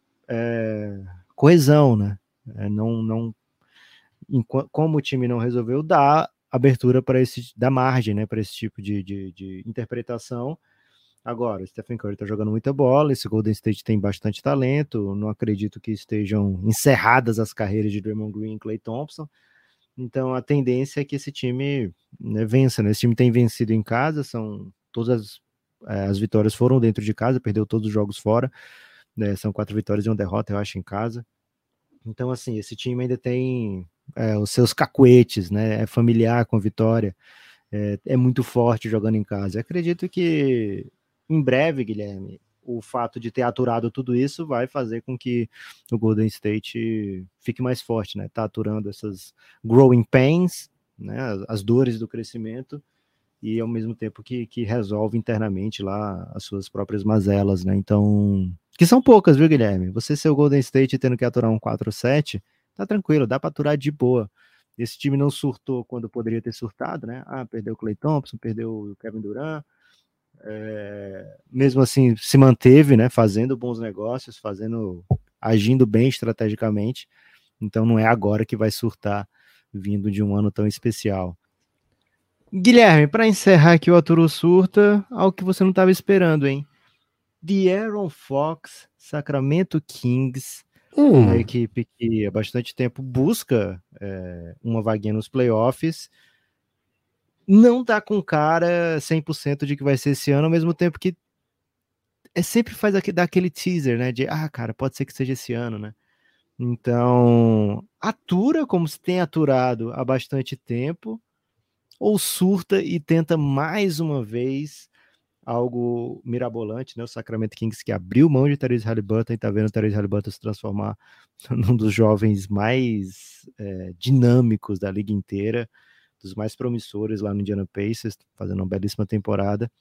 é, coesão, né? É, não, não, como o time não resolveu dar abertura para esse, da margem, né, para esse tipo de, de, de interpretação. Agora, o Stephen Curry está jogando muita bola, esse Golden State tem bastante talento, não acredito que estejam encerradas as carreiras de Draymond Green e Klay Thompson, então a tendência é que esse time, né, vença, né? Esse time tem vencido em casa, são todas as, as vitórias foram dentro de casa, perdeu todos os jogos fora, né, são quatro vitórias e uma derrota, eu acho, em casa. Então, assim, esse time ainda tem é, os seus cacuetes, né? É familiar com a vitória, é, é muito forte jogando em casa. Eu acredito que em breve, Guilherme, o fato de ter aturado tudo isso vai fazer com que o Golden State fique mais forte, né? Tá aturando essas growing pains, né? As, as dores do crescimento e ao mesmo tempo que, que resolve internamente lá as suas próprias mazelas, né? Então, que são poucas, viu, Guilherme? Você ser o Golden State tendo que aturar um quatro sete, tá tranquilo, dá para aturar de boa. Esse time não surtou quando poderia ter surtado, né? Ah, perdeu o Klay Thompson, perdeu o Kevin Durant, é, mesmo assim se manteve, né? Fazendo bons negócios, fazendo, agindo bem estrategicamente. Então não é agora que vai surtar vindo de um ano tão especial. Guilherme, para encerrar aqui o Aturu Surta, algo que você não estava esperando, hein? De'Aaron Fox, Sacramento Kings,
Hum.
Uma equipe que há bastante tempo busca é, uma vaguinha nos playoffs. Não tá com cara cem por cento de que vai ser esse ano, ao mesmo tempo que é sempre faz aquele, dá aquele teaser, né? De, ah, cara, pode ser que seja esse ano, né? Então, atura como se tem aturado há bastante tempo, ou surta e tenta mais uma vez algo mirabolante, né? O Sacramento Kings que abriu mão de Tyrese Haliburton e tá vendo o Tyrese Haliburton se transformar num dos jovens mais é, dinâmicos da liga inteira, dos mais promissores lá no Indiana Pacers, fazendo uma belíssima temporada.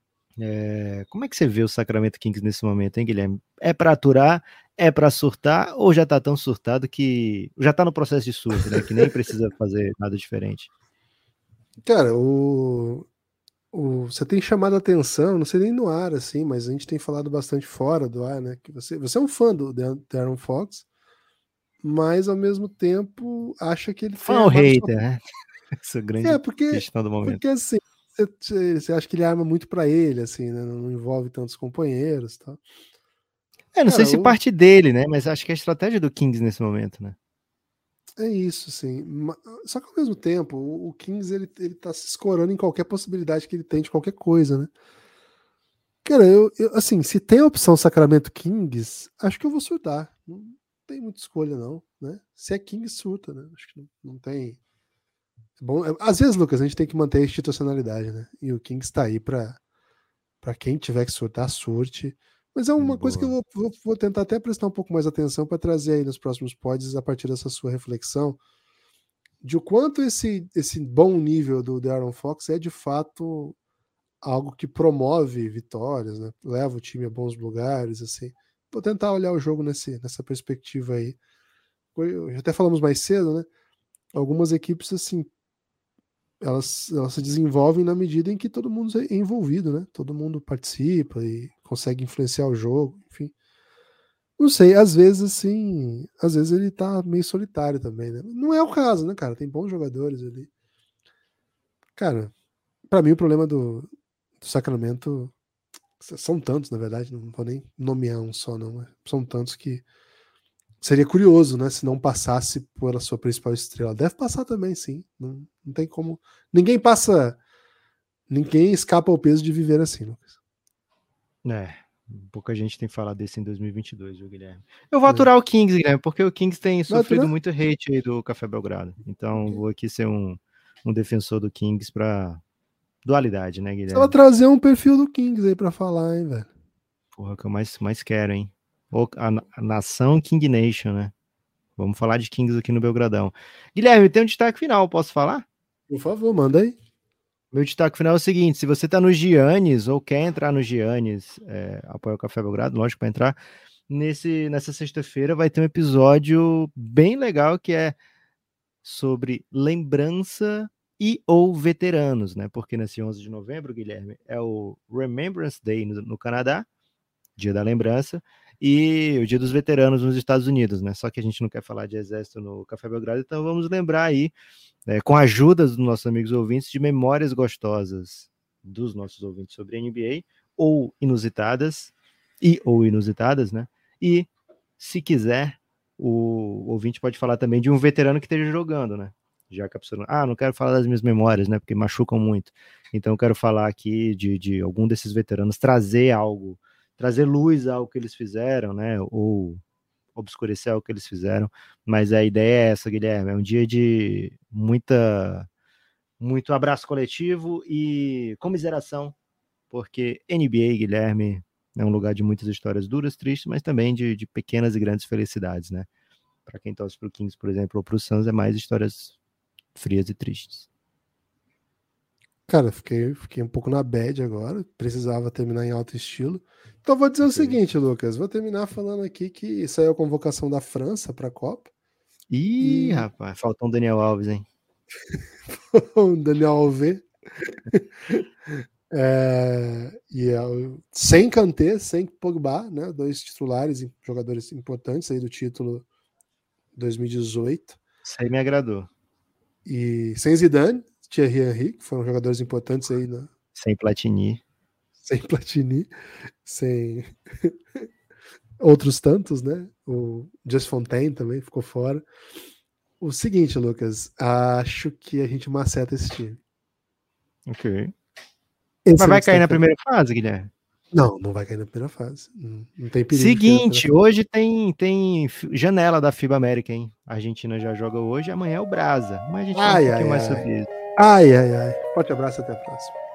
É, como é que você vê o Sacramento Kings nesse momento, hein, Guilherme? É para aturar, é para surtar, ou já tá tão surtado que já tá no processo de surto, né? Que nem precisa fazer nada diferente?
Cara, o, o, você tem chamado a atenção, não sei nem no ar, assim, mas a gente tem falado bastante fora do ar, né? Que você, você é um fã do De'Aaron Fox, mas ao mesmo tempo acha que ele tem
Fã ou
armado sua...
hater, né? Essa grande
É, porque,
questão do momento.
porque assim, você, você acha que ele arma muito pra ele, assim, né? Não envolve tantos companheiros e tal.
É, não
Cara,
sei se
o,
parte dele, né? Mas acho que é a estratégia do Kings nesse momento, né?
é isso, sim. Ma- Só que ao mesmo tempo, o, o Kings ele, ele tá se escorando em qualquer possibilidade que ele tem de qualquer coisa, né? Cara, eu, eu, assim, se tem a opção Sacramento Kings, acho que eu vou surtar. Não tem muita escolha, não, né? Se é Kings, surta, né? Acho que não, não tem. É bom, é- às vezes, Lucas, a gente tem que manter a institucionalidade, né? E o Kings tá aí pra, pra quem tiver que surtar, surte. Mas é uma coisa que eu
Boa.
vou, vou, vou tentar até prestar um pouco mais atenção para trazer aí nos próximos pods, a partir dessa sua reflexão, de o quanto esse, esse bom nível do De'Aaron Fox é de fato algo que promove vitórias, né? Leva o time a bons lugares, assim. Vou tentar olhar o jogo nesse, nessa perspectiva aí. Já até falamos mais cedo, né? Algumas equipes, assim, elas, elas se desenvolvem na medida em que todo mundo é envolvido, né? Todo mundo participa e consegue influenciar o jogo, enfim. Não sei, às vezes, assim, às vezes ele tá meio solitário também, né? Não é o caso, né, cara? Tem bons jogadores ali. Cara, pra mim o problema do, do Sacramento são tantos, na verdade, não vou nem nomear um só, não. São tantos que seria curioso, né? Se não passasse pela sua principal estrela. Deve passar também, sim. Não, não tem como. Ninguém passa. Ninguém escapa ao peso de viver assim, Lucas.
É, pouca gente tem falado desse em dois mil e vinte e dois, viu, Guilherme? Eu vou
É.
aturar o Kings, Guilherme, porque o Kings tem
Vai
sofrido
aturar?
muito hate aí do Café Belgrado. Então, vou aqui ser um, um defensor do Kings para dualidade, né,
Precisava
Guilherme?
trazer um perfil do Kings aí pra falar, hein, velho.
Porra, que eu mais, mais quero, hein? O- a, a nação King Nation, né? Vamos falar de Kings aqui no Belgradão. Guilherme, tem um destaque final, posso falar?
Por favor, manda aí.
Meu destaque final é o seguinte: se você está no Giannis ou quer entrar no Giannis, é, apoia o Café Belgrado, lógico, para entrar. Nesse, nessa sexta-feira vai ter um episódio bem legal que é sobre lembrança e ou veteranos, né? Porque nesse onze de novembro, Guilherme, é o Remembrance Day no, no Canadá, Dia da Lembrança, e o Dia dos Veteranos nos Estados Unidos, né? Só que a gente não quer falar de exército no Café Belgrado, então vamos lembrar aí, né, com a ajuda dos nossos amigos ouvintes, de memórias gostosas dos nossos ouvintes sobre N B A, ou inusitadas, e ou inusitadas, né? E, se quiser, o ouvinte pode falar também de um veterano que esteja jogando, né? Já que a pessoa, ah, não quero falar das minhas memórias, né? Porque machucam muito. Então, eu quero falar aqui de, de algum desses veteranos, trazer algo, trazer luz ao que eles fizeram, né? Ou obscurecer o que eles fizeram. Mas a ideia é essa, Guilherme. É um dia de muita, muito abraço coletivo e comiseração, porque N B A, Guilherme, é um lugar de muitas histórias duras, tristes, mas também de, de pequenas e grandes felicidades, né? Para quem torce pro Kings, por exemplo, ou pro Suns, é mais histórias frias e tristes.
Cara, fiquei, fiquei um pouco na bad agora. Precisava terminar em alto estilo. Então vou dizer o
Okay.
seguinte, Lucas. Vou terminar falando aqui que saiu a convocação da França para a Copa.
Ih,
E
rapaz, faltou um Daniel Alves, hein?
o Daniel Alves. É, e é, sem Kanté, sem Pogba, né? Dois titulares, jogadores importantes aí do título dois mil e dezoito.
Isso aí me agradou.
E sem Zidane, Thierry Henry, que foram jogadores importantes aí, né?
Sem Platini.
Sem Platini, sem outros tantos, né? O Just Fontaine também ficou fora. O seguinte, Lucas, acho que a gente maceta esse time.
Ok.
Esse
Mas
é
vai
o
cair na
destaque.
primeira fase, Guilherme?
Não, não vai cair na primeira fase. Não, não tem perigo.
Seguinte, hoje tem, tem janela da FIBA América, hein? A Argentina já joga hoje, amanhã é o Brasa. Mas a gente fala um
Ai,
pouquinho
ai,
mais
ai.
sobre isso.
Ai, ai, ai. Forte abraço, até a próxima.